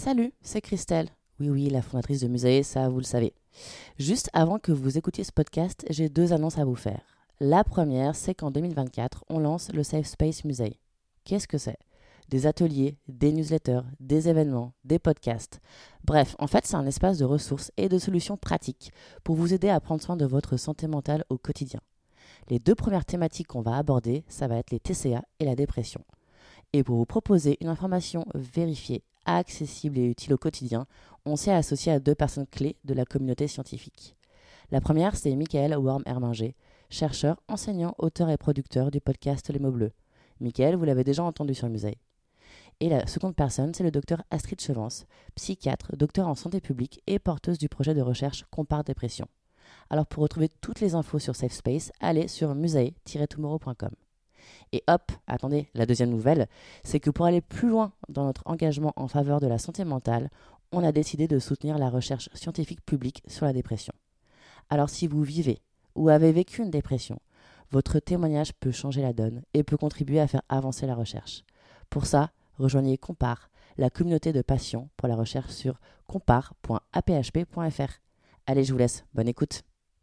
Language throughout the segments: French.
Salut, c'est Christelle. Oui, la fondatrice de Musae, ça vous le savez. Juste avant que vous écoutiez ce podcast, j'ai 2 annonces à vous faire. La première, c'est qu'en 2024, on lance le Safe Space Musae. Qu'est-ce que c'est ? Des ateliers, des newsletters, des événements, des podcasts. Bref, en fait, c'est un espace de ressources et de solutions pratiques pour vous aider à prendre soin de votre santé mentale au quotidien. Les 2 premières thématiques qu'on va aborder, ça va être les TCA et la dépression. Et pour vous proposer une information vérifiée, accessible et utile au quotidien, on s'est associé à 2 personnes clés de la communauté scientifique. La première, c'est Michael Worm-Herminger, chercheur, enseignant, auteur et producteur du podcast Les mots bleus. Michael, vous l'avez déjà entendu sur Musae. Et la seconde personne, c'est le docteur Astrid Chevance, psychiatre, docteur en santé publique et porteuse du projet de recherche Compare Dépression. Alors pour retrouver toutes les infos sur Safe Space, allez sur musae-tomorrow.com. Et hop, attendez, la deuxième nouvelle, c'est que pour aller plus loin dans notre engagement en faveur de la santé mentale, on a décidé de soutenir la recherche scientifique publique sur la dépression. Alors si vous vivez ou avez vécu une dépression, votre témoignage peut changer la donne et peut contribuer à faire avancer la recherche. Pour ça, rejoignez Compare, la communauté de patients pour la recherche sur compare.aphp.fr. Allez, je vous laisse, bonne écoute.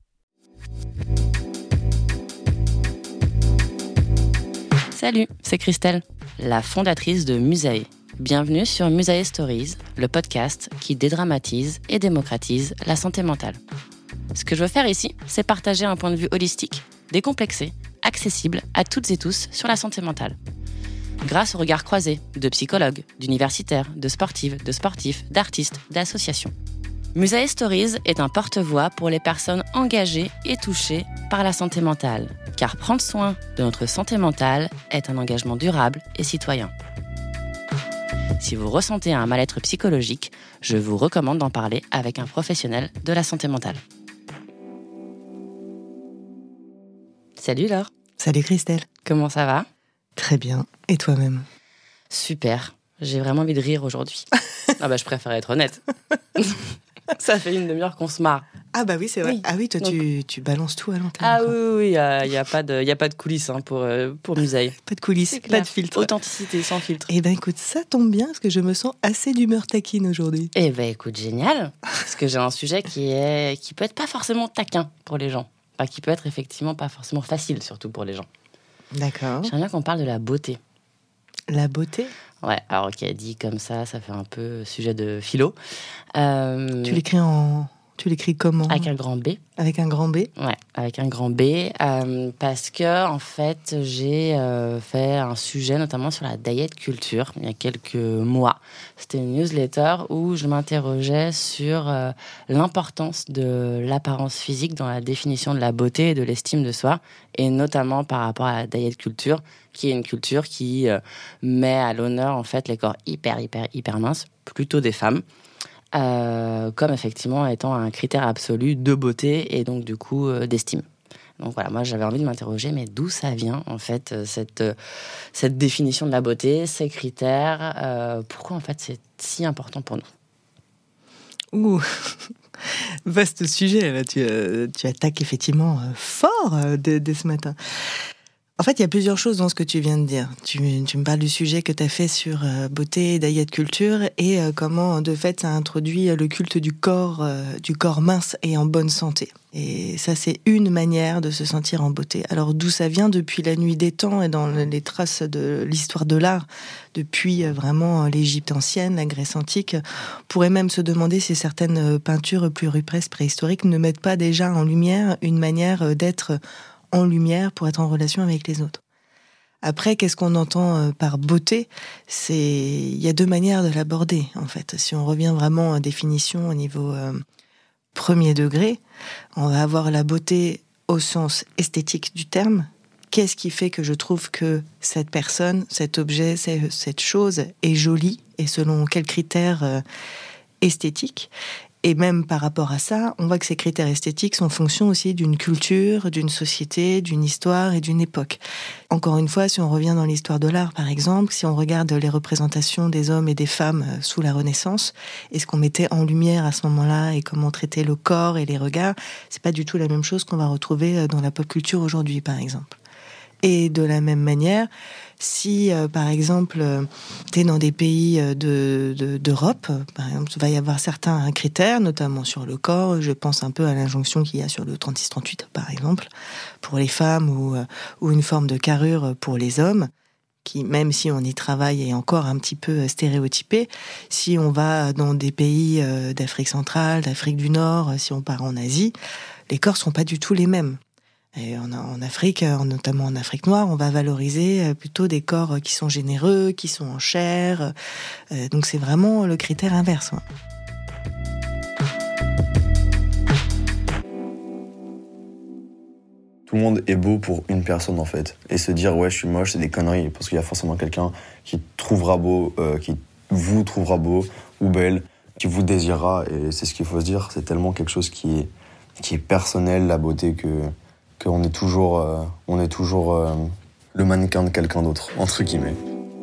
Salut, c'est Christelle, la fondatrice de Musae. Bienvenue sur Musae Stories, le podcast qui dédramatise et démocratise la santé mentale. Ce que je veux faire ici, c'est partager un point de vue holistique, décomplexé, accessible à toutes et tous sur la santé mentale. Grâce au regard croisé de psychologues, d'universitaires, de sportives, d'artistes, d'associations. Musae Stories est un porte-voix pour les personnes engagées et touchées par la santé mentale, car prendre soin de notre santé mentale est un engagement durable et citoyen. Si vous ressentez un mal-être psychologique, je vous recommande d'en parler avec un professionnel de la santé mentale. Salut Laure. Salut Christelle. Comment ça va ? Très bien. Et toi-même ? Super. J'ai vraiment envie de rire aujourd'hui. Je préfère être honnête. Ça fait 1 demi-heure qu'on se marre. Ah bah oui, c'est vrai. Oui. Ah oui, toi Donc... tu balances tout à l'antenne. Ah oui, il y a pas de coulisses pour Musae. Pas de coulisses, pas de filtre. Authenticité, sans filtre. Eh ben écoute, ça tombe bien parce que je me sens assez d'humeur taquine aujourd'hui. Eh ben écoute, génial. Parce que j'ai un sujet qui peut être pas forcément taquin pour les gens. Enfin, qui peut être effectivement pas forcément facile, surtout pour les gens. D'accord. J'aimerais bien qu'on parle de la beauté. La beauté ? Ouais, alors ok, dit comme ça fait un peu sujet de philo. Tu l'écris comment ? Avec un grand B. Avec un grand B ? Ouais, avec un grand B. Parce que, en fait, j'ai fait un sujet notamment sur la diet culture il y a quelques mois. C'était une newsletter où je m'interrogeais sur l'importance de l'apparence physique dans la définition de la beauté et de l'estime de soi, et notamment par rapport à la diet culture, qui est une culture qui met à l'honneur, en fait, les corps hyper minces, plutôt des femmes. Comme effectivement étant un critère absolu de beauté et donc du coup d'estime. Donc voilà, moi j'avais envie de m'interroger, mais d'où ça vient en fait cette définition de la beauté, ces critères, pourquoi en fait c'est si important pour nous ? Ouh, vaste sujet là, tu attaques effectivement fort dès ce matin. En fait, il y a plusieurs choses dans ce que tu viens de dire. Tu me parles du sujet que tu as fait sur beauté et diet culture et comment, de fait, ça introduit le culte du corps mince et en bonne santé. Et ça, c'est une manière de se sentir en beauté. Alors, d'où ça vient depuis la nuit des temps et dans les traces de l'histoire de l'art, depuis vraiment l'Égypte ancienne, la Grèce antique, on pourrait même se demander si certaines peintures plus rupestres, préhistoriques, ne mettent pas déjà en lumière une manière d'être en lumière pour être en relation avec les autres. Après, qu'est-ce qu'on entend par beauté ? Il y a 2 manières de l'aborder, en fait. Si on revient vraiment en définition au niveau premier degré, on va avoir la beauté au sens esthétique du terme. Qu'est-ce qui fait que je trouve que cette personne, cet objet, cette chose est jolie et selon quels critères esthétiques ? Et même par rapport à ça, on voit que ces critères esthétiques sont en fonction aussi d'une culture, d'une société, d'une histoire et d'une époque. Encore une fois, si on revient dans l'histoire de l'art, par exemple, si on regarde les représentations des hommes et des femmes sous la Renaissance, et ce qu'on mettait en lumière à ce moment-là, et comment on traitait le corps et les regards, c'est pas du tout la même chose qu'on va retrouver dans la pop culture aujourd'hui, par exemple. Et de la même manière, Si, par exemple, tu es dans des pays d'Europe, par exemple, il va y avoir certains critères, notamment sur le corps. Je pense un peu à l'injonction qu'il y a sur le 36-38, par exemple, pour les femmes, ou une forme de carrure pour les hommes, qui, même si on y travaille, est encore un petit peu stéréotypé. Si on va dans des pays d'Afrique centrale, d'Afrique du Nord, si on part en Asie, les corps sont pas du tout les mêmes. Et en Afrique, notamment en Afrique noire, on va valoriser plutôt des corps qui sont généreux, qui sont en chair. Donc c'est vraiment le critère inverse. Tout le monde est beau pour une personne en fait. Et se dire ouais je suis moche, c'est des conneries, parce qu'il y a forcément quelqu'un qui te trouvera beau, qui vous trouvera beau ou belle, qui vous désirera. Et c'est ce qu'il faut se dire, c'est tellement quelque chose qui est personnel, la beauté, qu'on est toujours, le mannequin de quelqu'un d'autre, entre guillemets.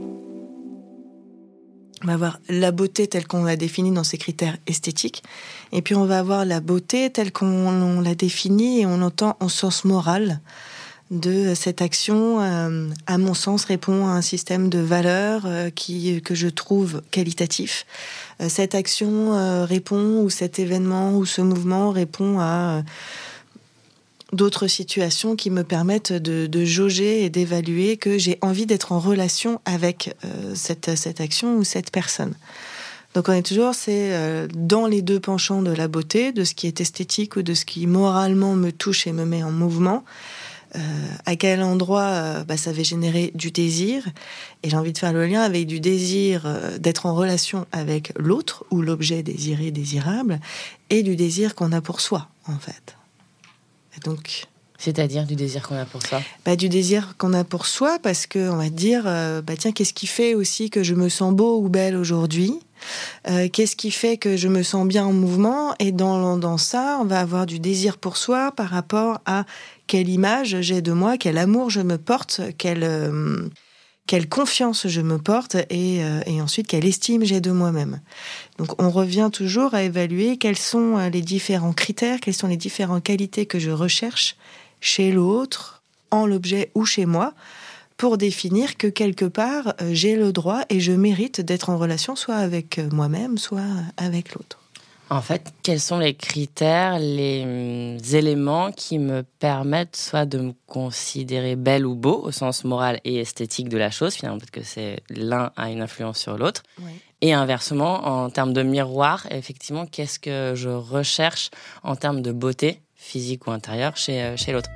On va avoir la beauté telle qu'on l'a définie dans ses critères esthétiques, et puis on va avoir la beauté telle qu'on l'a définie et on entend en sens moral de cette action, à mon sens, répond à un système de valeurs que je trouve qualitatif. Cette action répond, ou cet événement ou ce mouvement répond à d'autres situations qui me permettent de jauger et d'évaluer que j'ai envie d'être en relation avec cette action ou cette personne. Donc on est toujours dans les deux penchants de la beauté, de ce qui est esthétique ou de ce qui moralement me touche et me met en mouvement. À quel endroit ça va générer du désir, et j'ai envie de faire le lien avec du désir d'être en relation avec l'autre ou l'objet désiré, désirable, et du désir qu'on a pour soi en fait. Donc, c'est-à-dire du désir qu'on a pour soi. Du désir qu'on a pour soi, parce que on va dire tiens, qu'est-ce qui fait aussi que je me sens beau ou belle aujourd'hui, qu'est-ce qui fait que je me sens bien en mouvement, et dans ça on va avoir du désir pour soi par rapport à quelle image j'ai de moi, quel amour je me porte, quelle confiance je me porte, et ensuite quelle estime j'ai de moi-même. Donc on revient toujours à évaluer quels sont les différents critères, quelles sont les différentes qualités que je recherche chez l'autre, en l'objet ou chez moi, pour définir que quelque part j'ai le droit et je mérite d'être en relation soit avec moi-même, soit avec l'autre. En fait, quels sont les critères, les éléments qui me permettent soit de me considérer belle ou beau, au sens moral et esthétique de la chose, finalement, parce que c'est l'un a une influence sur l'autre. Oui. Et inversement, en termes de miroir, effectivement, qu'est-ce que je recherche en termes de beauté, physique ou intérieure, chez l'autre.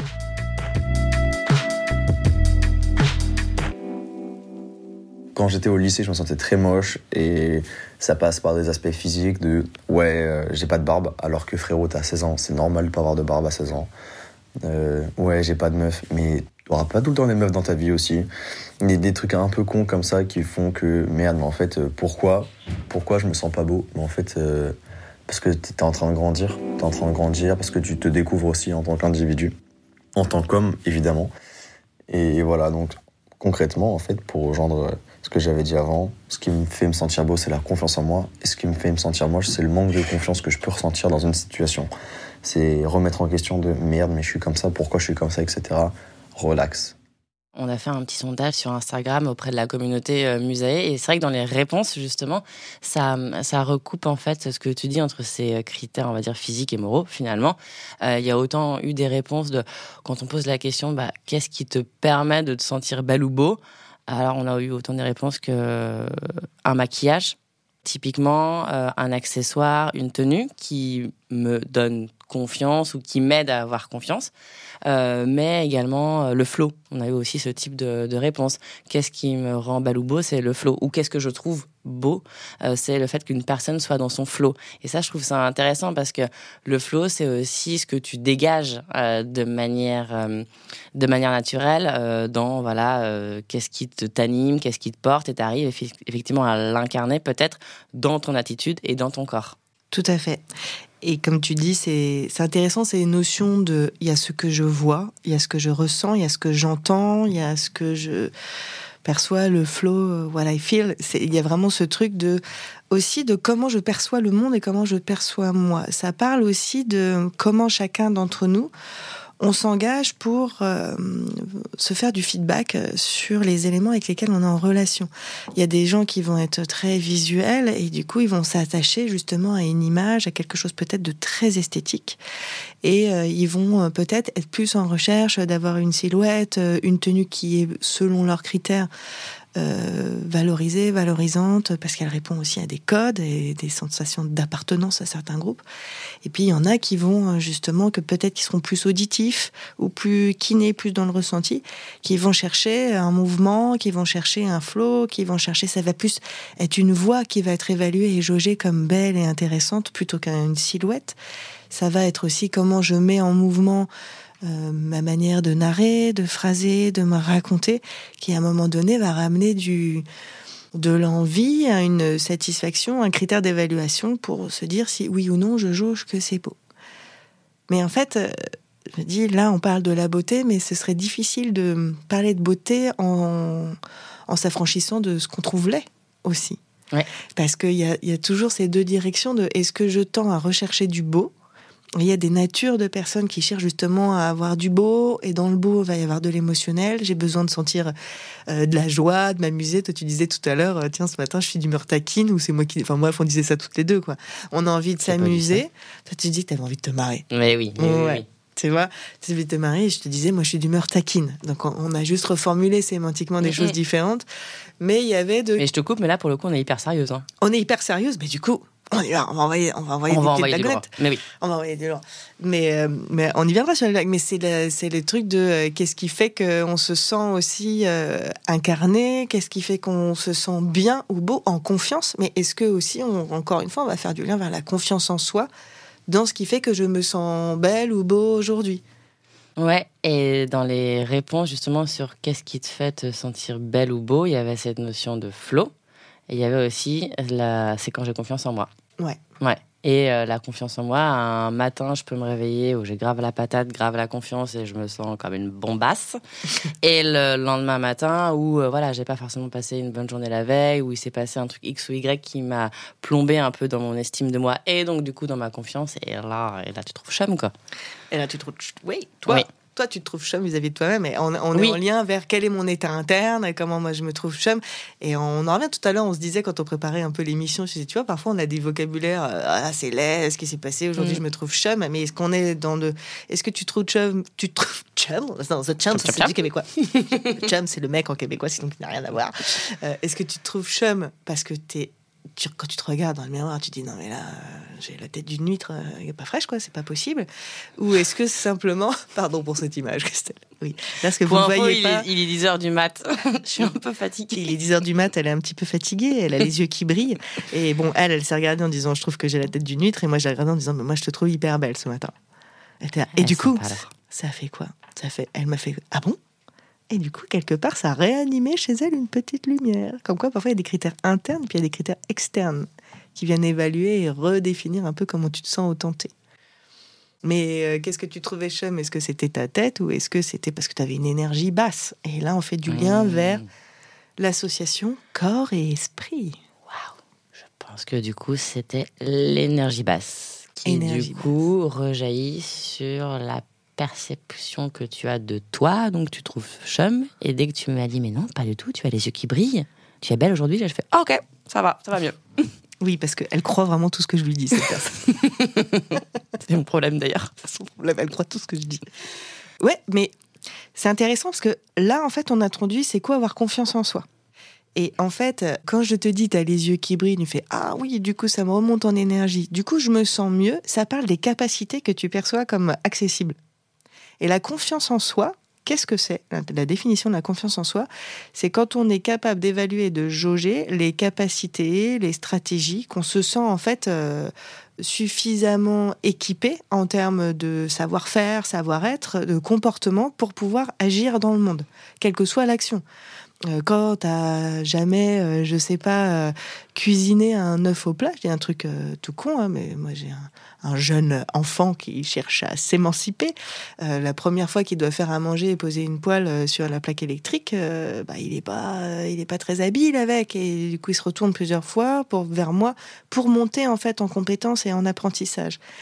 Quand j'étais au lycée, je me sentais très moche, et ça passe par des aspects physiques de j'ai pas de barbe, alors que frérot, t'as 16 ans, c'est normal de pas avoir de barbe à 16 ans. J'ai pas de meuf, mais t'auras pas tout le temps des meufs dans ta vie aussi. Il y a des trucs un peu cons comme ça qui font que merde, mais en fait, pourquoi je me sens pas beau? Mais en fait, parce que t'es en train de grandir, parce que tu te découvres aussi en tant qu'individu, en tant qu'homme évidemment. Et voilà, donc concrètement, en fait, pour rejoindre ce que j'avais dit avant, ce qui me fait me sentir beau, c'est la confiance en moi. Et ce qui me fait me sentir moche, c'est le manque de confiance que je peux ressentir dans une situation. C'est remettre en question de merde, mais je suis comme ça, pourquoi je suis comme ça, etc. Relax. On a fait un petit sondage sur Instagram auprès de la communauté Musae, et c'est vrai que dans les réponses, justement, ça recoupe en fait ce que tu dis entre ces critères, on va dire, physiques et moraux, finalement. Il y a autant eu des réponses quand on pose la question, qu'est-ce qui te permet de te sentir belle ou beau? Alors, on a eu autant des réponses qu'un maquillage, typiquement un accessoire, une tenue qui me donne confiance ou qui m'aide à avoir confiance, mais également le flow. On a eu aussi ce type de réponse. Qu'est-ce qui me rend belle ou beau? C'est le flow. Ou qu'est-ce que je trouve beau? C'est le fait qu'une personne soit dans son flow. Et ça, je trouve ça intéressant, parce que le flow, c'est aussi ce que tu dégages de manière naturelle dans qu'est-ce qui t'anime, qu'est-ce qui te porte, et t'arrives effectivement à l'incarner peut-être dans ton attitude et dans ton corps. Tout à fait. Et comme tu dis, c'est intéressant, ces notions de... Il y a ce que je vois, il y a ce que je ressens, il y a ce que j'entends, il y a ce que je perçois, le flow, what I feel. Il y a vraiment ce truc aussi de comment je perçois le monde et comment je perçois moi. Ça parle aussi de comment chacun d'entre nous, on s'engage pour se faire du feedback sur les éléments avec lesquels on est en relation. Il y a des gens qui vont être très visuels et du coup, ils vont s'attacher justement à une image, à quelque chose peut-être de très esthétique. Et ils vont peut-être être plus en recherche d'avoir une silhouette, une tenue qui est, selon leurs critères, valorisée, valorisante, parce qu'elle répond aussi à des codes et des sensations d'appartenance à certains groupes. Et puis il y en a qui vont justement, que peut-être qui seront plus auditifs ou plus kinés, plus dans le ressenti, qui vont chercher un mouvement, qui vont chercher un flow, qui vont chercher, ça va plus être une voix qui va être évaluée et jaugée comme belle et intéressante plutôt qu'une silhouette. Ça va être aussi comment je mets en mouvement ma manière de narrer, de phraser, de me raconter, qui à un moment donné va ramener de l'envie à une satisfaction, un critère d'évaluation pour se dire si oui ou non je jauge que c'est beau. Mais en fait, je me dis, là on parle de la beauté, mais ce serait difficile de parler de beauté en s'affranchissant de ce qu'on trouve laid aussi. Ouais. Parce qu'il y a toujours ces deux directions de est-ce que je tends à rechercher du beau. Il y a des natures de personnes qui cherchent justement à avoir du beau, et dans le beau, il va y avoir de l'émotionnel. J'ai besoin de sentir de la joie, de m'amuser. Toi, tu disais tout à l'heure, tiens, ce matin, je suis d'humeur taquine, ou c'est moi qui... Enfin, bref, on disait ça toutes les deux, quoi. On a envie de s'amuser. Toi, tu dis que tu avais envie de te marrer. Mais oui, oui. Tu vois, tu as envie de te marrer, et je te disais, moi, je suis d'humeur taquine. Donc, on a juste reformulé sémantiquement des choses différentes. Mais il y avait de... Mais je te coupe, mais là, pour le coup, on est hyper sérieuse. Hein. On est hyper sérieuse, mais du coup... On va envoyer des petites blaguettes. Mais oui. On va envoyer du lourd. Mais on y viendra sur les blagues. Mais c'est le truc de qu'est-ce qui fait qu'on se sent aussi incarné, qu'est-ce qui fait qu'on se sent bien ou beau, en confiance. Mais est-ce que aussi, encore une fois, on va faire du lien vers la confiance en soi, dans ce qui fait que je me sens belle ou beau aujourd'hui. Ouais, et dans les réponses justement sur qu'est-ce qui te fait te sentir belle ou beau, il y avait cette notion de flow. Et il y avait aussi c'est quand j'ai confiance en moi. Ouais. Et la confiance en moi, un matin, je peux me réveiller où j'ai grave la patate, grave la confiance et je me sens comme une bombasse. Et le lendemain matin où voilà, j'ai pas forcément passé une bonne journée la veille, où il s'est passé un truc X ou Y qui m'a plombé un peu dans mon estime de moi et donc du coup dans ma confiance. Et là tu trouves chum, quoi. Et là tu trouves... Oui, toi. Oui. Toi, tu te trouves chum vis-à-vis de toi-même, et on est en lien vers quel est mon état interne, et comment moi je me trouve chum. Et on en revient tout à l'heure, on se disait quand on préparait un peu l'émission, tu vois, parfois on a des vocabulaires, c'est laid, ce qui s'est passé, aujourd'hui je me trouve chum, mais est-ce qu'on est dans le... Est-ce que tu trouves chum? Tu te trouves chum? Non, c'est chum, c'est du québécois. Chum, c'est le mec en québécois, sinon qui n'a rien à voir. Est-ce que tu te trouves chum parce que quand tu te regardes dans le miroir, tu te dis non mais là j'ai la tête d'une huître, pas fraîche quoi, c'est pas possible. Ou est-ce que simplement, pardon pour cette image, Christelle. Oui. Parce que vous ne voyez pas. Il est 10h du mat. Je suis un peu fatiguée. Il est 10h du mat, elle est un petit peu fatiguée, elle a les yeux qui brillent. Et bon, elle s'est regardée en disant je trouve que j'ai la tête d'une huître, et moi je l'ai regardée en disant mais moi je te trouve hyper belle ce matin. Et du coup, ça a fait quoi? Elle m'a fait ah bon? Et du coup, quelque part, ça a réanimé chez elle une petite lumière. Comme quoi, parfois, il y a des critères internes, puis il y a des critères externes qui viennent évaluer et redéfinir un peu comment tu te sens au temps T. Mais qu'est-ce que tu trouvais chum? Est-ce que c'était ta tête ou est-ce que c'était parce que tu avais une énergie basse? Et là, on fait du lien vers l'association corps et esprit. Waouh! Je pense que du coup, c'était l'énergie basse qui, rejaillit sur la perception que tu as de toi, donc tu trouves chum, et dès que tu m'as dit mais non, pas du tout, tu as les yeux qui brillent, tu es belle aujourd'hui, là je fais ok, ça va mieux. Oui, parce qu'elle croit vraiment tout ce que je lui dis, cette personne. C'est mon problème d'ailleurs. C'est son problème, elle croit tout ce que je dis. Ouais, mais c'est intéressant parce que là, en fait, on introduit c'est quoi avoir confiance en soi. Et en fait, quand je te dis t'as les yeux qui brillent, tu fais ah oui, du coup ça me remonte en énergie, du coup je me sens mieux, ça parle des capacités que tu perçois comme accessibles. Et la confiance en soi, qu'est-ce que c'est? La définition de la confiance en soi, c'est quand on est capable d'évaluer et de jauger les capacités, les stratégies, qu'on se sent en fait suffisamment équipé en termes de savoir-faire, savoir-être, de comportement pour pouvoir agir dans le monde, quelle que soit l'action. Quand t'as jamais, je sais pas, cuisiné un œuf au plat, je dis un truc tout con, hein, mais moi j'ai un jeune enfant qui cherche à s'émanciper. La première fois qu'il doit faire à manger et poser une poêle sur la plaque électrique, il est pas très habile avec, et du coup il se retourne plusieurs fois vers moi pour monter en fait en compétence et en apprentissage.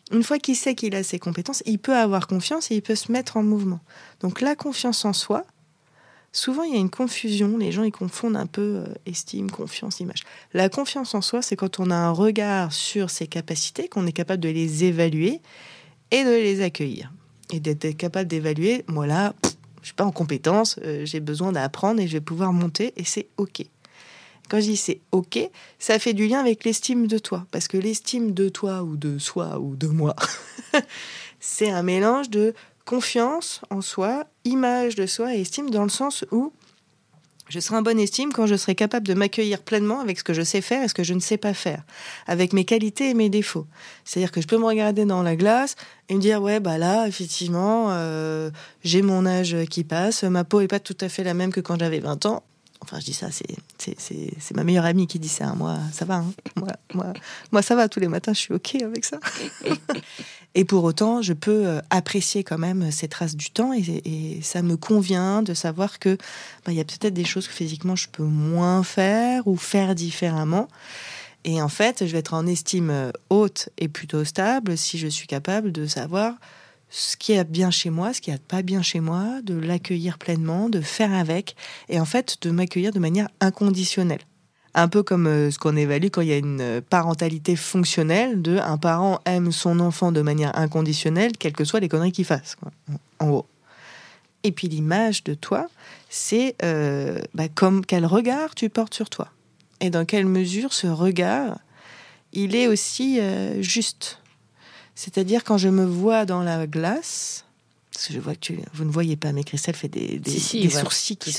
Une fois qu'il sait qu'il a ses compétences, il peut avoir confiance et il peut se mettre en mouvement. Donc la confiance en soi, souvent il y a une confusion, les gens ils confondent un peu estime, confiance, image. La confiance en soi, c'est quand on a un regard sur ses capacités, qu'on est capable de les évaluer et de les accueillir. Et d'être capable d'évaluer, moi là, je suis pas en compétence, j'ai besoin d'apprendre et je vais pouvoir monter et c'est OK. Quand je dis c'est OK, ça fait du lien avec l'estime de toi. Parce que l'estime de toi ou de soi ou de moi, c'est un mélange de confiance en soi, image de soi et estime dans le sens où je serai en bonne estime quand je serai capable de m'accueillir pleinement avec ce que je sais faire et ce que je ne sais pas faire, avec mes qualités et mes défauts. C'est-à-dire que je peux me regarder dans la glace et me dire, ouais, bah là, effectivement, j'ai mon âge qui passe, ma peau est pas tout à fait la même que quand j'avais 20 ans. Enfin, je dis ça, c'est ma meilleure amie qui dit ça. Moi, ça va. Hein. Moi, ça va. Tous les matins, je suis OK avec ça. Et pour autant, je peux apprécier quand même ces traces du temps et ça me convient de savoir que y a peut-être des choses que physiquement, je peux moins faire ou faire différemment. Et en fait, je vais être en estime haute et plutôt stable si je suis capable de savoir ce qui est bien chez moi, ce qui n'est pas bien chez moi, de l'accueillir pleinement, de faire avec, et en fait de m'accueillir de manière inconditionnelle. Un peu comme ce qu'on évalue quand il y a une parentalité fonctionnelle, un parent aime son enfant de manière inconditionnelle, quelles que soient les conneries qu'il fasse, quoi, en gros. Et puis l'image de toi, c'est comme quel regard tu portes sur toi. Et dans quelle mesure ce regard, il est aussi juste. C'est-à-dire quand je me vois dans la glace, parce que je vois que vous ne voyez pas, mais Christelle fait des sourcils qui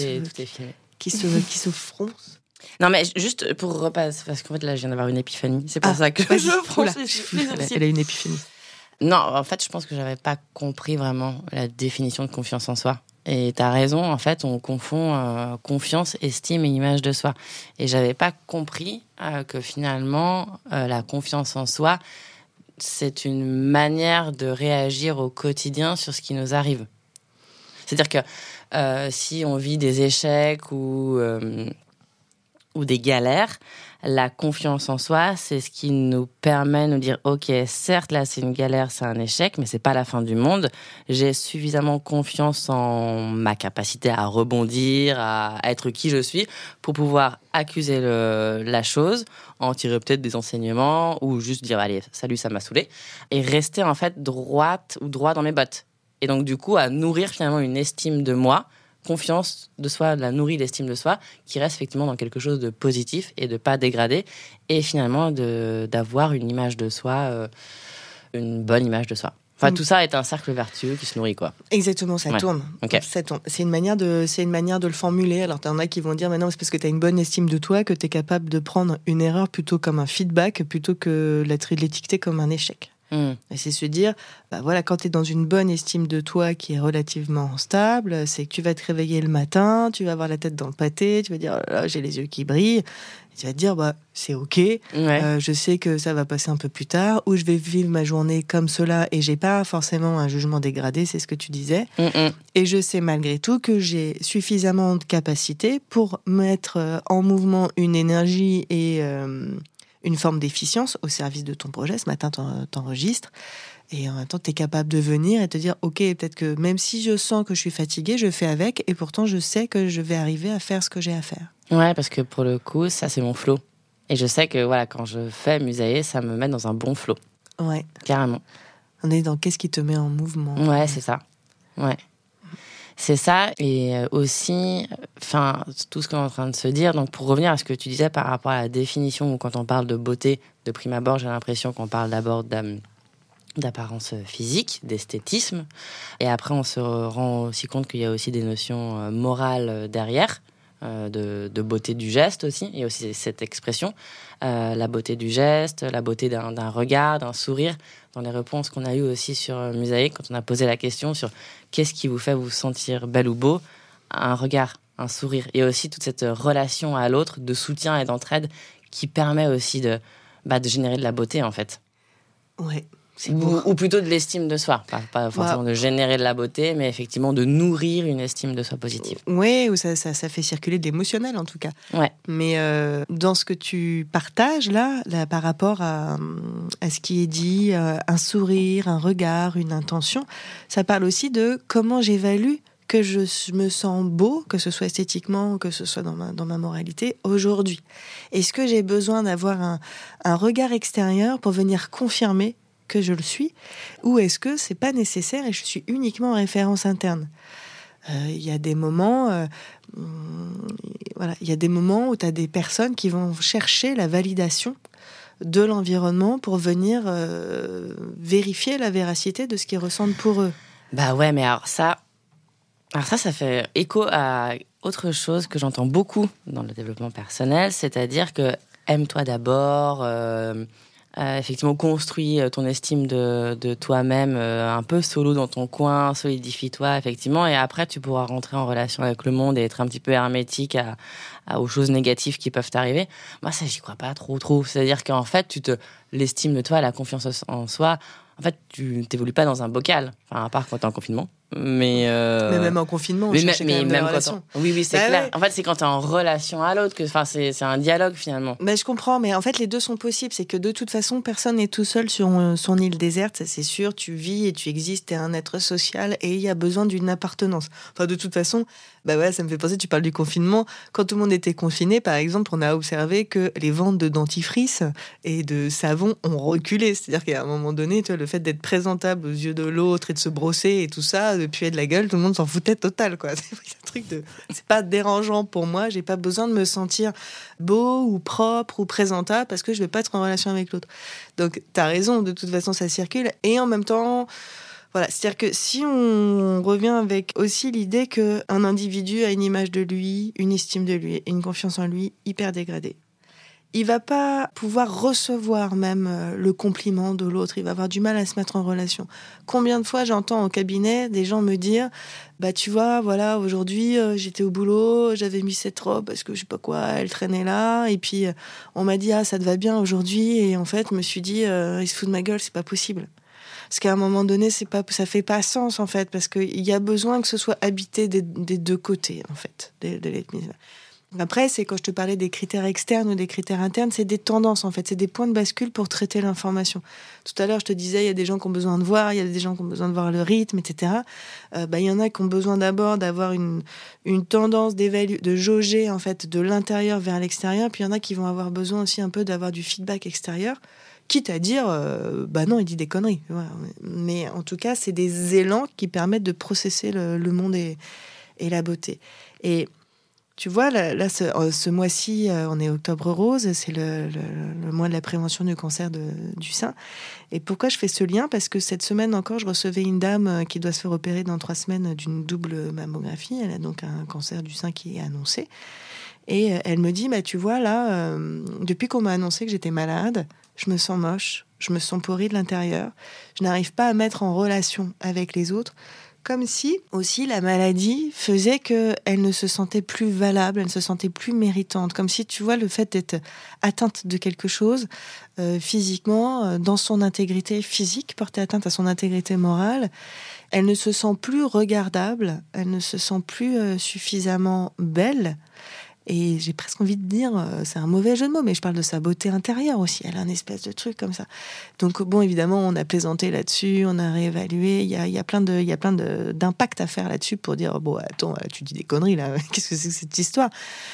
se froncent. Non, mais juste pour repasser, parce qu'en fait là je viens d'avoir une épiphanie, c'est pour ça que je fronce les sourcils. Elle a une épiphanie. Non, en fait je pense que j'avais pas compris vraiment la définition de confiance en soi. Et t'as raison, en fait on confond confiance, estime et image de soi. Et j'avais pas compris que finalement la confiance en soi, c'est une manière de réagir au quotidien sur ce qui nous arrive. C'est-à-dire que si on vit des échecs ou des galères, la confiance en soi, c'est ce qui nous permet de nous dire « Ok, certes, là, c'est une galère, c'est un échec, mais c'est pas la fin du monde. J'ai suffisamment confiance en ma capacité à rebondir, à être qui je suis, pour pouvoir accuser la chose, en tirer peut-être des enseignements, ou juste dire « Allez, salut, ça m'a saoulé », et rester en fait droit dans mes bottes. Et donc, du coup, à nourrir finalement une estime de moi, confiance de soi, la nourrit l'estime de soi, qui reste effectivement dans quelque chose de positif et de pas dégradé, et finalement d'avoir une image de soi, une bonne image de soi. Enfin, tout ça est un cercle vertueux qui se nourrit, quoi. Exactement, ça tourne. Okay. Ça tourne. C'est une manière de le formuler. Alors, t'en as qui vont dire, mais non, c'est parce que t'as une bonne estime de toi que t'es capable de prendre une erreur plutôt comme un feedback, plutôt que l'étiqueter comme un échec. Et c'est se dire, quand tu es dans une bonne estime de toi qui est relativement stable, c'est que tu vas te réveiller le matin, tu vas avoir la tête dans le pâté, tu vas dire, oh là, j'ai les yeux qui brillent. Et tu vas te dire, c'est OK, je sais que ça va passer un peu plus tard, ou je vais vivre ma journée comme cela et j'ai pas forcément un jugement dégradé, c'est ce que tu disais. Et je sais malgré tout que j'ai suffisamment de capacité pour mettre en mouvement une énergie et une forme d'efficience au service de ton projet. Ce matin, t'enregistres et en même temps, t'es capable de venir et te dire, OK, peut-être que même si je sens que je suis fatiguée, je fais avec et pourtant, je sais que je vais arriver à faire ce que j'ai à faire. Ouais, parce que pour le coup, ça, c'est mon flow. Et je sais que quand je fais Musae, ça me met dans un bon flow. Ouais. Carrément. On est dans qu'est-ce qui te met en mouvement. Ouais, c'est ça. Ouais. C'est ça, et aussi, tout ce qu'on est en train de se dire, donc pour revenir à ce que tu disais par rapport à la définition, où quand on parle de beauté, de prime abord, j'ai l'impression qu'on parle d'abord d'apparence physique, d'esthétisme, et après on se rend aussi compte qu'il y a aussi des notions morales derrière, de beauté du geste aussi, et aussi cette expression, la beauté du geste, la beauté d'un regard, d'un sourire, dans les réponses qu'on a eues aussi sur Musae, quand on a posé la question sur qu'est-ce qui vous fait vous sentir belle ou beau, un regard, un sourire, et aussi toute cette relation à l'autre de soutien et d'entraide qui permet aussi de générer de la beauté en fait. Ouais, c'est beau. Ou plutôt de l'estime de soi. Pas forcément de générer de la beauté, mais effectivement de nourrir une estime de soi positive. Oui, où ça fait circuler de l'émotionnel en tout cas. Ouais. Mais dans ce que tu partages là par rapport à ce qui est dit, un sourire, un regard, une intention, ça parle aussi de comment j'évalue que je me sens beau, que ce soit esthétiquement, que ce soit dans ma moralité, aujourd'hui. Est-ce que j'ai besoin d'avoir un regard extérieur pour venir confirmer que je le suis, ou est-ce que c'est pas nécessaire et je suis uniquement en référence interne? Il y a des moments, il y a des moments où tu as des personnes qui vont chercher la validation de l'environnement pour venir vérifier la véracité de ce qu'ils ressentent pour eux. Bah ouais, mais alors ça fait écho à autre chose que j'entends beaucoup dans le développement personnel, c'est-à-dire que aime-toi d'abord, effectivement construis ton estime de toi-même un peu solo dans ton coin, solidifie-toi effectivement, et après tu pourras rentrer en relation avec le monde et être un petit peu hermétique aux choses négatives qui peuvent t'arriver. Moi ça j'y crois pas trop, c'est-à-dire qu'en fait l'estime de toi, la confiance en soi, en fait tu t'évolues pas dans un bocal, enfin à part quand t'es en confinement. Mais même en confinement, on cherchait quand même des relations. Oui, c'est clair. Ouais. En fait, c'est quand tu es en relation à l'autre, c'est un dialogue finalement. Mais je comprends, mais en fait, les deux sont possibles. C'est que de toute façon, personne n'est tout seul sur son île déserte, ça c'est sûr. Tu vis et tu existes, tu es un être social et il y a besoin d'une appartenance. Enfin, de toute façon, ça me fait penser, tu parles du confinement. Quand tout le monde était confiné, par exemple, on a observé que les ventes de dentifrice et de savon ont reculé. C'est-à-dire qu'à un moment donné, le fait d'être présentable aux yeux de l'autre et de se brosser et tout ça, de puer de la gueule, tout le monde s'en foutait total, quoi. C'est un truc c'est pas dérangeant pour moi, j'ai pas besoin de me sentir beau ou propre ou présentable parce que je vais pas être en relation avec l'autre. Donc t'as raison, de toute façon ça circule, et en même temps voilà, c'est-à-dire que si on revient avec aussi l'idée qu'un individu a une image de lui, une estime de lui, une confiance en lui hyper dégradée, il va pas pouvoir recevoir même le compliment de l'autre. Il va avoir du mal à se mettre en relation. Combien de fois j'entends au cabinet des gens me dire tu vois, voilà, aujourd'hui j'étais au boulot, j'avais mis cette robe parce que je sais pas quoi, elle traînait là, et puis on m'a dit ça te va bien aujourd'hui, et en fait je me suis dit il se fout de ma gueule, c'est pas possible. Parce qu'à un moment donné, ça fait pas sens en fait, parce qu'il y a besoin que ce soit habité des deux côtés en fait, de l'être mise. Après, c'est quand je te parlais des critères externes ou des critères internes, c'est des tendances en fait, c'est des points de bascule pour traiter l'information. Tout à l'heure, je te disais, il y a des gens qui ont besoin de voir, il y a des gens qui ont besoin de voir le rythme, etc. Il y en a qui ont besoin d'abord d'avoir une tendance de jauger en fait de l'intérieur vers l'extérieur, puis il y en a qui vont avoir besoin aussi un peu d'avoir du feedback extérieur, quitte à dire non, il dit des conneries. Voilà. Mais en tout cas, c'est des élans qui permettent de processer le monde et la beauté. Et tu vois, là ce mois-ci, on est Octobre Rose, c'est le mois de la prévention du cancer du sein. Et pourquoi je fais ce lien ? Parce que cette semaine encore, je recevais une dame qui doit se faire opérer dans 3 semaines d'une double mammographie. Elle a donc un cancer du sein qui est annoncé. Et elle me dit, tu vois, là, depuis qu'on m'a annoncé que j'étais malade, je me sens moche, je me sens pourrie de l'intérieur, je n'arrive pas à mettre en relation avec les autres. Comme si, aussi, la maladie faisait qu'elle ne se sentait plus valable, elle ne se sentait plus méritante. Comme si, tu vois, le fait d'être atteinte de quelque chose, physiquement, dans son intégrité physique, porter atteinte à son intégrité morale, elle ne se sent plus regardable, elle ne se sent plus suffisamment belle. Et j'ai presque envie de dire, c'est un mauvais jeu de mots, mais je parle de sa beauté intérieure aussi. Elle a un espèce de truc comme ça. Donc bon, évidemment, on a plaisanté là-dessus, on a réévalué. Il y a plein d'impacts à faire là-dessus pour dire, bon, attends, tu dis des conneries là. Qu'est-ce que c'est que cette histoire ?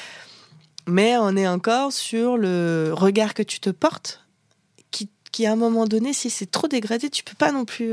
Mais on est encore sur le regard que tu te portes, qui à un moment donné, si c'est trop dégradé, tu peux pas non plus,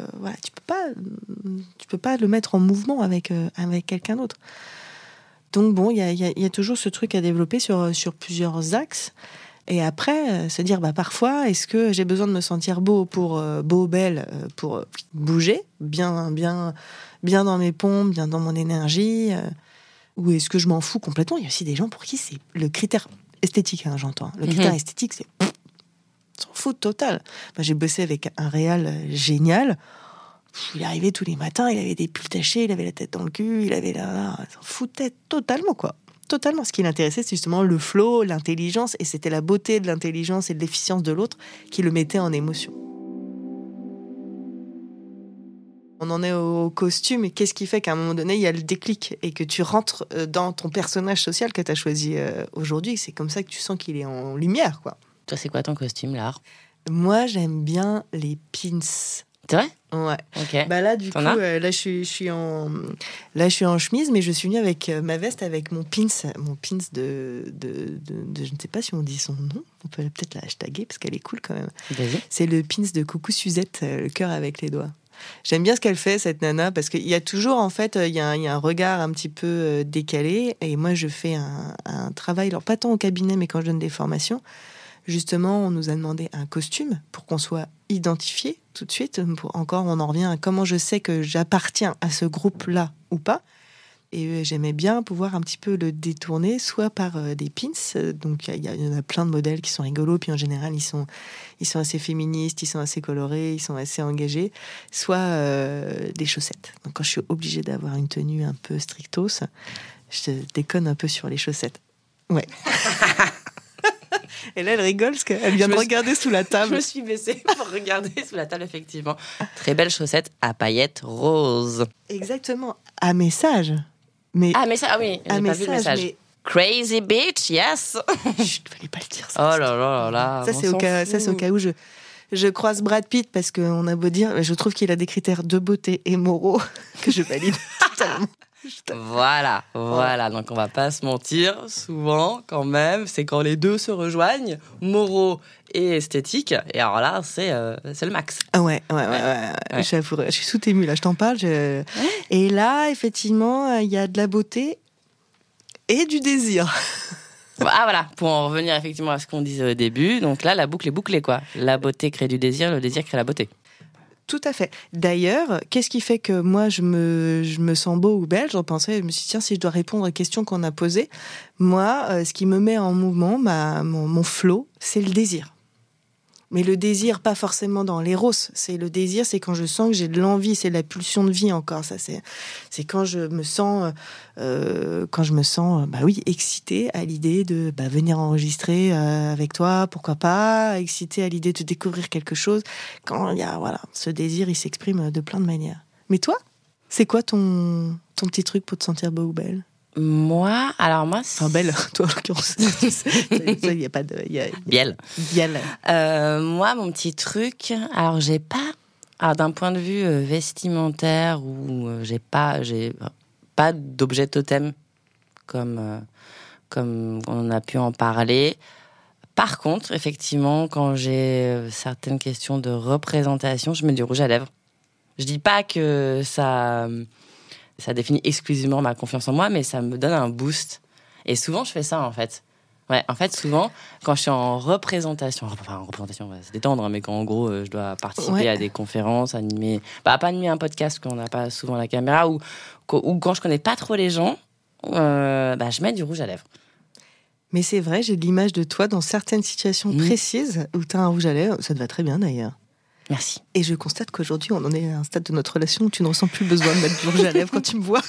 tu peux pas le mettre en mouvement avec quelqu'un d'autre. Donc bon, il y a toujours ce truc à développer sur plusieurs axes. Et après, se dire, parfois, est-ce que j'ai besoin de me sentir beau, belle, pour bouger, bien dans mes pompes, bien dans mon énergie, ou est-ce que je m'en fous complètement ? Il y a aussi des gens pour qui c'est le critère esthétique, j'entends. Le critère esthétique, c'est s'en fout total. J'ai bossé avec un réal génial. Il arrivait tous les matins, il avait des pulls tachés, il avait la tête dans le cul, il s'en foutait totalement, quoi. Totalement. Ce qui l'intéressait, c'est justement le flow, l'intelligence, et c'était la beauté de l'intelligence et de l'efficience de l'autre qui le mettait en émotion. On en est au costume, et qu'est-ce qui fait qu'à un moment donné, il y a le déclic et que tu rentres dans ton personnage social que tu as choisi aujourd'hui. C'est comme ça que tu sens qu'il est en lumière, quoi. Toi, c'est quoi ton costume, Lar? Moi, j'aime bien les pins. C'est vrai? Ouais. Ok. Bah là, du coup, là, je suis en chemise, mais je suis venue avec ma veste, avec mon pins de je ne sais pas si on dit son nom. On peut peut-être la hashtaguer parce qu'elle est cool quand même. Vas-y. C'est le pins de Coucou Suzette, le cœur avec les doigts. J'aime bien ce qu'elle fait, cette nana, parce qu'il y a toujours, en fait, il y a un regard un petit peu décalé. Et moi, je fais un travail, alors pas tant au cabinet, mais quand je donne des formations. Justement, on nous a demandé un costume pour qu'on soit identifié tout de suite. Encore, on en revient à comment je sais que j'appartiens à ce groupe-là ou pas. Et j'aimais bien pouvoir un petit peu le détourner, soit par des pins. Donc, il y en a plein de modèles qui sont rigolos. Puis en général, ils sont assez féministes, ils sont assez colorés, ils sont assez engagés. Soit des chaussettes. Donc, quand je suis obligée d'avoir une tenue un peu strictos, je déconne un peu sur les chaussettes. Ouais. Et là, elle rigole parce qu'elle vient de regarder sous la table. Je me suis baissée pour regarder sous la table, effectivement. Très belle chaussette à paillettes roses. Exactement. À message. Mais ah, message, ah oui, j'ai pas vu le message. Mais... Crazy bitch, yes. Chut, fallait pas le dire. Ça, oh là là là là. Ça, c'est au cas où je croise Brad Pitt, parce qu'on a beau dire, je trouve qu'il a des critères de beauté et moraux que je valide totalement. Voilà. Donc on va pas se mentir, souvent quand même, c'est quand les deux se rejoignent, moraux et esthétiques. Et alors là, c'est le max. Ouais. Je suis sous émue là, je t'en parle. Et là, effectivement, il y a de la beauté et du désir. Ah voilà, pour en revenir effectivement à ce qu'on disait au début. Donc là, la boucle est bouclée, quoi. La beauté crée du désir, le désir crée la beauté. Tout à fait. D'ailleurs, qu'est-ce qui fait que moi, je me sens beau ou belle? J'en pensais, je me suis dit, tiens, si je dois répondre aux questions qu'on a posées, moi, ce qui me met en mouvement, mon flow, c'est le désir. Mais le désir, pas forcément dans l'éros. C'est le désir, c'est quand je sens que j'ai de l'envie, c'est la pulsion de vie encore. Ça, c'est quand je me sens, excitée à l'idée de venir enregistrer avec toi, pourquoi pas, excitée à l'idée de découvrir quelque chose. Quand il y a ce désir, il s'exprime de plein de manières. Mais toi, c'est quoi ton petit truc pour te sentir beau ou belle? Moi, enfin, belle, toi en l'occurrence. Il n'y a pas de. Biel. Moi, mon petit truc, alors j'ai pas. Alors, d'un point de vue vestimentaire, où j'ai pas d'objet totem, comme on a pu en parler. Par contre, effectivement, quand j'ai certaines questions de représentation, je mets du rouge à lèvres. Je dis pas que ça définit exclusivement ma confiance en moi, mais ça me donne un boost. Et souvent, je fais ça, en fait. Ouais, en fait, souvent, quand je suis en représentation, on va se détendre, mais quand, en gros, je dois participer à des conférences, animer... pas animer un podcast, quand on n'a pas souvent la caméra, ou quand je connais pas trop les gens, je mets du rouge à lèvres. Mais c'est vrai, j'ai de l'image de toi dans certaines situations précises où tu as un rouge à lèvres. Ça te va très bien, d'ailleurs. Merci. Et je constate qu'aujourd'hui, on en est à un stade de notre relation où tu ne ressens plus le besoin de mettre du rouge à lèvres quand tu me vois.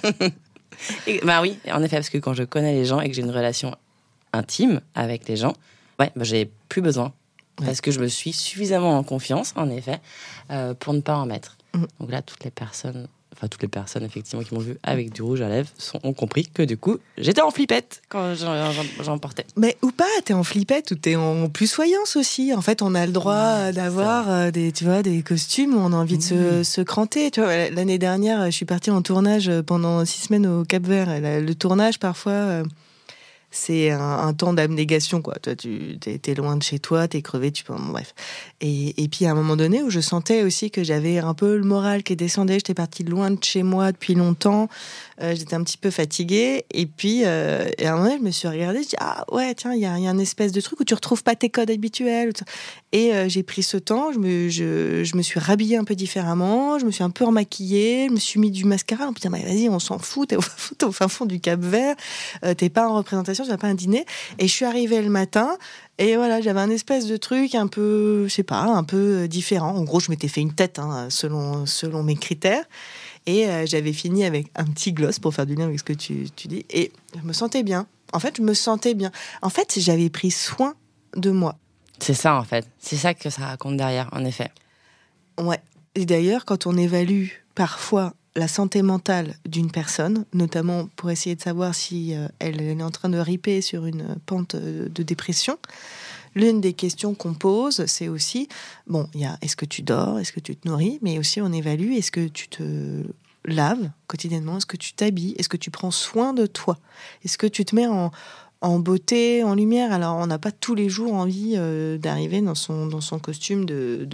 Oui, en effet, parce que quand je connais les gens et que j'ai une relation intime avec les gens, j'ai plus besoin. Parce que je me suis suffisamment en confiance, en effet, pour ne pas en mettre. Donc là, toutes les personnes effectivement qui m'ont vu avec du rouge à lèvres ont compris que du coup j'étais en flippette quand j'en portais. Mais ou pas, t'es en flippette ou t'es en plusvoyance aussi. En fait, on a le droit d'avoir des costumes où on a envie de se cranter. Tu vois, l'année dernière, je suis partie en tournage pendant 6 semaines au Cap-Vert. Le tournage, parfois, c'est un temps d'abnégation, quoi. Toi, t'es loin de chez toi, t'es crevé, bref. Et puis, à un moment donné, où je sentais aussi que j'avais un peu le moral qui descendait, j'étais partie loin de chez moi depuis longtemps, j'étais un petit peu fatiguée, et puis, à un moment donné, je me suis regardée, je dis, ah ouais, tiens, il y a un espèce de truc où tu retrouves pas tes codes habituels. Et j'ai pris ce temps, je me suis rhabillée un peu différemment, je me suis un peu remaquillée, je me suis mis du mascara, on me dit, vas-y, on s'en fout, t'es au fin fond du Cap-Vert, t'es pas en représentation, j'avais pas un dîner. Et je suis arrivée le matin, et voilà, j'avais un espèce de truc un peu, je sais pas, un peu différent. En gros, je m'étais fait une tête, selon mes critères. Et j'avais fini avec un petit gloss pour faire du lien avec ce que tu dis. Et je me sentais bien. En fait, j'avais pris soin de moi. C'est ça, en fait. C'est ça que ça raconte derrière, en effet. Ouais. Et d'ailleurs, quand on évalue parfois la santé mentale d'une personne, notamment pour essayer de savoir si elle est en train de riper sur une pente de dépression. L'une des questions qu'on pose, c'est aussi, il y a est-ce que tu dors, est-ce que tu te nourris, mais aussi on évalue, est-ce que tu te laves quotidiennement, est-ce que tu t'habilles, est-ce que tu prends soin de toi, est-ce que tu te mets en beauté, en lumière. Alors on n'a pas tous les jours envie d'arriver dans son costume de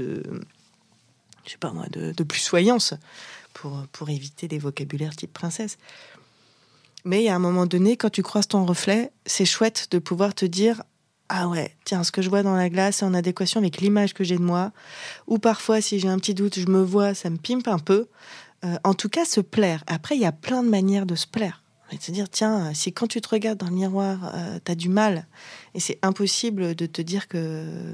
je sais pas moi, de plus soyance pour éviter des vocabulaires type princesse. Mais il y a un moment donné, quand tu croises ton reflet, c'est chouette de pouvoir te dire « Ah ouais, tiens, ce que je vois dans la glace est en adéquation avec l'image que j'ai de moi. » Ou parfois, si j'ai un petit doute, je me vois, ça me pimpe un peu. En tout cas, se plaire. Après, il y a plein de manières de se plaire. Et de se dire, tiens, si quand tu te regardes dans le miroir, t'as du mal, et c'est impossible de te dire que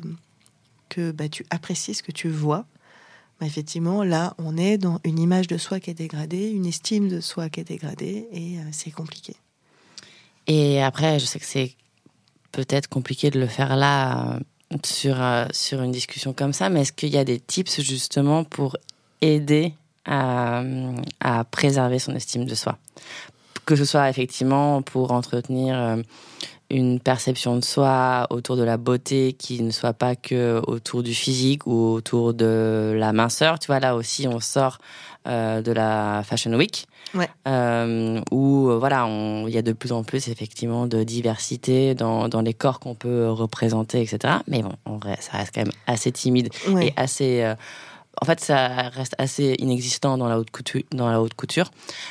tu apprécies ce que tu vois, effectivement, là, on est dans une image de soi qui est dégradée, une estime de soi qui est dégradée, et c'est compliqué. Et après, je sais que c'est peut-être compliqué de le faire là, sur une discussion comme ça, mais est-ce qu'il y a des tips justement pour aider à préserver son estime de soi ? Que ce soit effectivement pour entretenir une perception de soi autour de la beauté qui ne soit pas que autour du physique ou autour de la minceur. Tu vois, là aussi, on sort de la Fashion Week. Ouais. Où voilà, il y a de plus en plus effectivement de diversité dans les corps qu'on peut représenter, etc. Mais bon, en vrai, ça reste quand même assez timide et assez... en fait, ça reste assez inexistant dans la haute couture.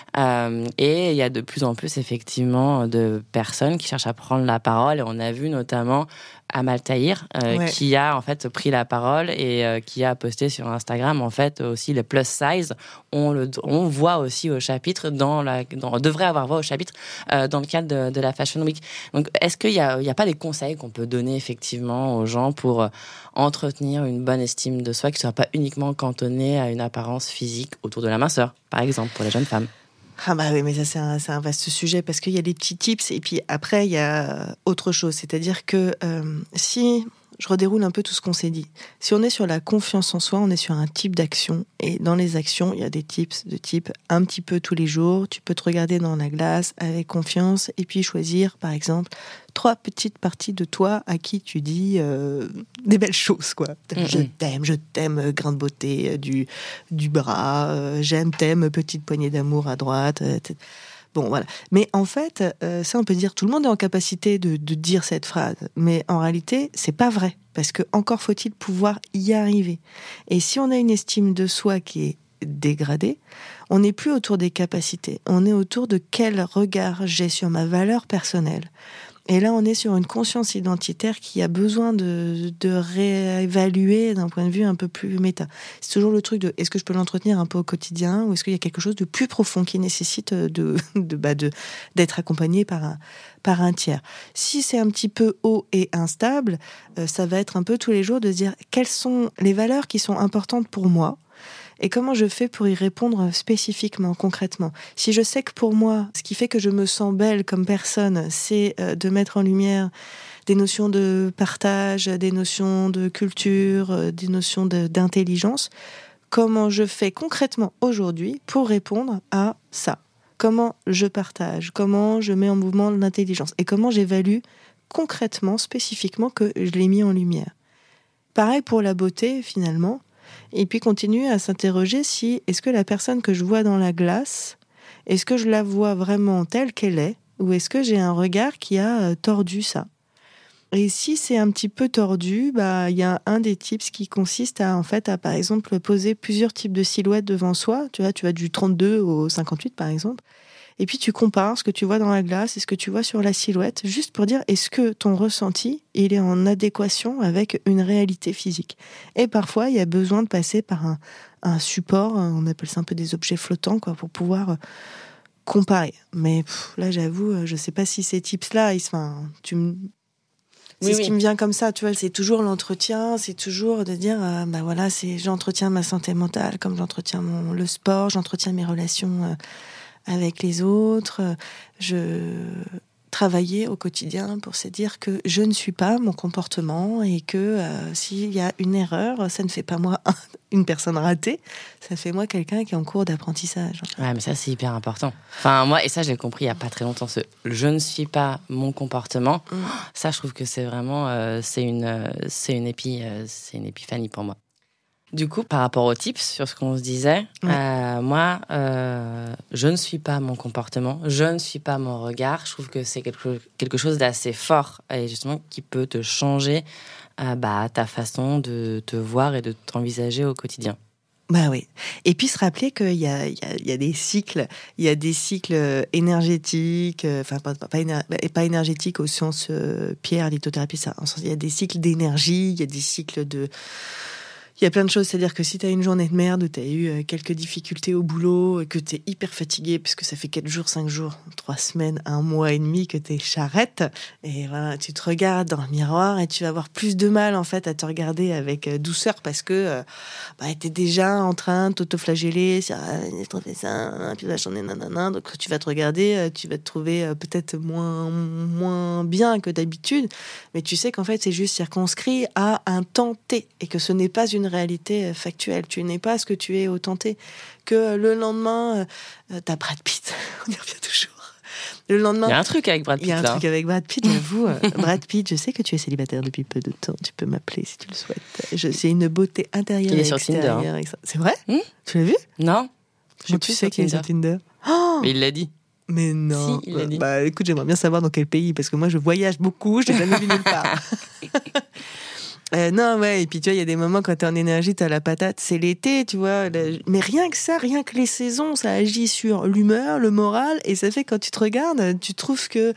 Et il y a de plus en plus, effectivement, de personnes qui cherchent à prendre la parole. Et on a vu notamment Amal Tahir, qui a en fait pris la parole et qui a posté sur Instagram, en fait, aussi le plus size. On voit aussi au chapitre, on devrait avoir voix au chapitre dans le cadre de la Fashion Week. Donc, est-ce qu'il y a pas des conseils qu'on peut donner, effectivement, aux gens pour entretenir une bonne estime de soi qui ne soit pas uniquement cantonnée à une apparence physique autour de la minceur, par exemple, pour les jeunes femmes? Ah bah oui, mais ça c'est un vaste sujet parce qu'il y a des petits tips et puis après il y a autre chose. C'est-à-dire que si je redéroule un peu tout ce qu'on s'est dit, si on est sur la confiance en soi, on est sur un type d'action et dans les actions, il y a des tips de type un petit peu tous les jours. Tu peux te regarder dans la glace avec confiance et puis choisir par exemple 3 petites parties de toi à qui tu dis des belles choses, quoi. Je t'aime, grain de beauté du bras, t'aime, petite poignée d'amour à droite. Bon, voilà. Mais en fait, ça, on peut dire, tout le monde est en capacité de dire cette phrase. Mais en réalité, c'est pas vrai. Parce que encore faut-il pouvoir y arriver. Et si on a une estime de soi qui est dégradée, on n'est plus autour des capacités. On est autour de quel regard j'ai sur ma valeur personnelle. Et là, on est sur une conscience identitaire qui a besoin de réévaluer d'un point de vue un peu plus méta. C'est toujours le truc de est-ce que je peux l'entretenir un peu au quotidien ou est-ce qu'il y a quelque chose de plus profond qui nécessite d'être accompagné par un tiers. Si c'est un petit peu haut et instable, ça va être un peu tous les jours de se dire quelles sont les valeurs qui sont importantes pour moi. Et comment je fais pour y répondre spécifiquement, concrètement ? Si je sais que pour moi, ce qui fait que je me sens belle comme personne, c'est de mettre en lumière des notions de partage, des notions de culture, des notions d'intelligence, comment je fais concrètement aujourd'hui pour répondre à ça ? Comment je partage ? Comment je mets en mouvement l'intelligence ? Et comment j'évalue concrètement, spécifiquement, que je l'ai mis en lumière ? Pareil pour la beauté, finalement. Et puis continuer à s'interroger si est-ce que la personne que je vois dans la glace, est-ce que je la vois vraiment telle qu'elle est ou est-ce que j'ai un regard qui a tordu ça ? Et si c'est un petit peu tordu, il y a un des tips qui consiste à par exemple poser plusieurs types de silhouettes devant soi. Tu vas du 32 au 58 par exemple. Et puis tu compares ce que tu vois dans la glace et ce que tu vois sur la silhouette, juste pour dire est-ce que ton ressenti il est en adéquation avec une réalité physique. Et parfois il y a besoin de passer par un support, on appelle ça un peu des objets flottants, quoi, pour pouvoir comparer. Mais là j'avoue, je sais pas si ces tips-là, c'est ce qui me vient comme ça, tu vois, c'est toujours l'entretien, c'est toujours de dire, j'entretiens ma santé mentale, comme j'entretiens le sport, j'entretiens mes relations avec les autres, travailler au quotidien pour se dire que je ne suis pas mon comportement et que s'il y a une erreur, ça ne fait pas moi une personne ratée, ça fait moi quelqu'un qui est en cours d'apprentissage. Ouais, mais ça, c'est hyper important. Enfin, moi, et ça, je l'ai compris il n'y a pas très longtemps, je ne suis pas mon comportement. Ça, je trouve que c'est vraiment, c'est une épiphanie pour moi. Du coup, par rapport aux tips, sur ce qu'on se disait, moi, je ne suis pas mon comportement, je ne suis pas mon regard. Je trouve que c'est quelque chose d'assez fort et justement qui peut te changer ta façon de te voir et de t'envisager au quotidien. Bah oui. Et puis se rappeler qu'il y a des cycles, il y a des cycles énergétiques, enfin pas énergétiques au sens Pierre, lithothérapie, ça. Il y a des cycles d'énergie, il y a des cycles de... Il y a plein de choses, c'est-à-dire que si tu as une journée de merde, ou tu as eu quelques difficultés au boulot, et que tu es hyper fatigué, parce que ça fait 4 jours, 5 jours, 3 semaines, 1 mois et demi que tu es charrette, et voilà, tu te regardes dans le miroir et tu vas avoir plus de mal en fait à te regarder avec douceur parce que tu es déjà en train de t'auto-flageller, j'ai trop fait ça, puis la journée nanana, donc tu vas te regarder, tu vas te trouver peut-être moins bien que d'habitude, mais tu sais qu'en fait c'est juste circonscrit à un temps T, et que ce n'est pas une réalité factuelle. Tu n'es pas ce que tu es au temps T. Que le lendemain, t'as Brad Pitt. On y revient toujours. Le lendemain, il y a un truc avec Brad Pitt. Il y a un truc avec Brad Pitt, j'avoue. Brad Pitt, je sais que tu es célibataire depuis peu de temps. Tu peux m'appeler si tu le souhaites. C'est une beauté intérieure et extérieure. Il est sur Tinder. C'est vrai ? Tu l'as vu ? Non. Tu sais qu'il est sur Tinder. Oh, mais il l'a dit. Mais non. Si, il l'a dit. Écoute, j'aimerais bien savoir dans quel pays, parce que moi, je voyage beaucoup. Je n'ai jamais vu nulle part. Non, ouais, et puis tu vois, il y a des moments quand t'es en énergie, t'as la patate, c'est l'été, tu vois. Mais rien que ça, rien que les saisons, ça agit sur l'humeur, le moral, et ça fait quand tu te regardes, tu trouves que,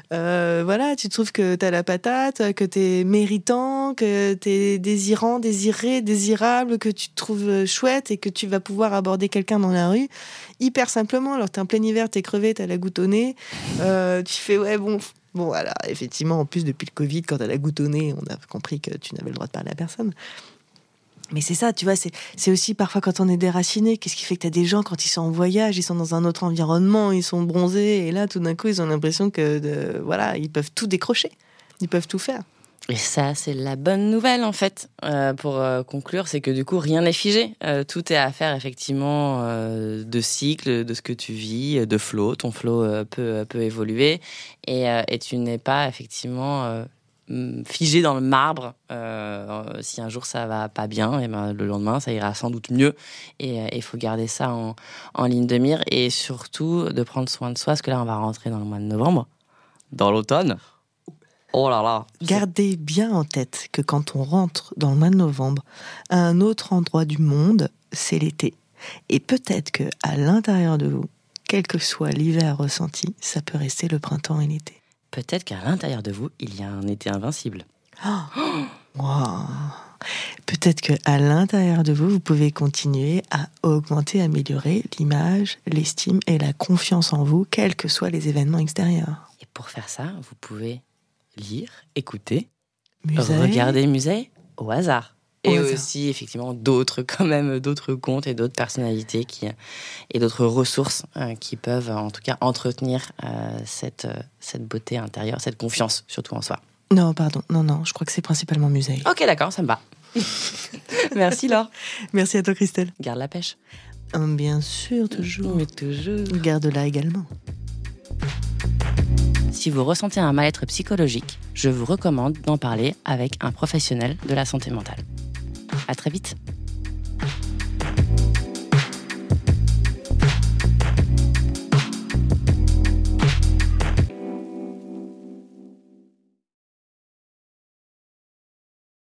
tu trouves que t'as la patate, que t'es méritant, que t'es désirant, désiré, désirable, que tu te trouves chouette et que tu vas pouvoir aborder quelqu'un dans la rue hyper simplement. Alors t'es en plein hiver, t'es crevé, t'as la goutte au nez, tu fais ouais, bon. Bon, voilà, effectivement, en plus, depuis le Covid, quand elle a goutonné, on a compris que tu n'avais le droit de parler à personne. Mais c'est ça, tu vois, c'est aussi parfois quand on est déraciné, qu'est-ce qui fait que tu as des gens, quand ils sont en voyage, ils sont dans un autre environnement, ils sont bronzés, et là, tout d'un coup, ils ont l'impression que, ils peuvent tout décrocher, ils peuvent tout faire. Et ça, c'est la bonne nouvelle, en fait, pour conclure, c'est que du coup, rien n'est figé. Tout est affaire, effectivement, de cycle, de ce que tu vis, de flow. Ton flow peut évoluer et tu n'es pas, effectivement, figé dans le marbre. Si un jour ça va pas bien, et ben, le lendemain, ça ira sans doute mieux. Et il faut garder ça en ligne de mire et surtout de prendre soin de soi, parce que là, on va rentrer dans le mois de novembre, dans l'automne. Oh là là. Gardez bien en tête que quand on rentre dans le mois de novembre, à un autre endroit du monde, c'est l'été. Et peut-être qu'à l'intérieur de vous, quel que soit l'hiver ressenti, ça peut rester le printemps et l'été. Peut-être qu'à l'intérieur de vous, il y a un été invincible. Wow. Peut-être qu'à l'intérieur de vous, vous pouvez continuer à augmenter, améliorer l'image, l'estime et la confiance en vous, quels que soient les événements extérieurs. Et pour faire ça, vous pouvez lire, écouter, Musée. regarder musée au hasard. Et aussi, effectivement, d'autres comptes et d'autres personnalités et d'autres ressources qui peuvent, en tout cas, entretenir cette beauté intérieure, cette confiance, surtout en soi. Non, pardon. Non, je crois que c'est principalement musée. Ok, d'accord, ça me va. Merci, Laure. Merci à toi, Christelle. Garde la pêche. Bien sûr, toujours. Mais toujours. Garde-la également. Si vous ressentez un mal-être psychologique, je vous recommande d'en parler avec un professionnel de la santé mentale. À très vite.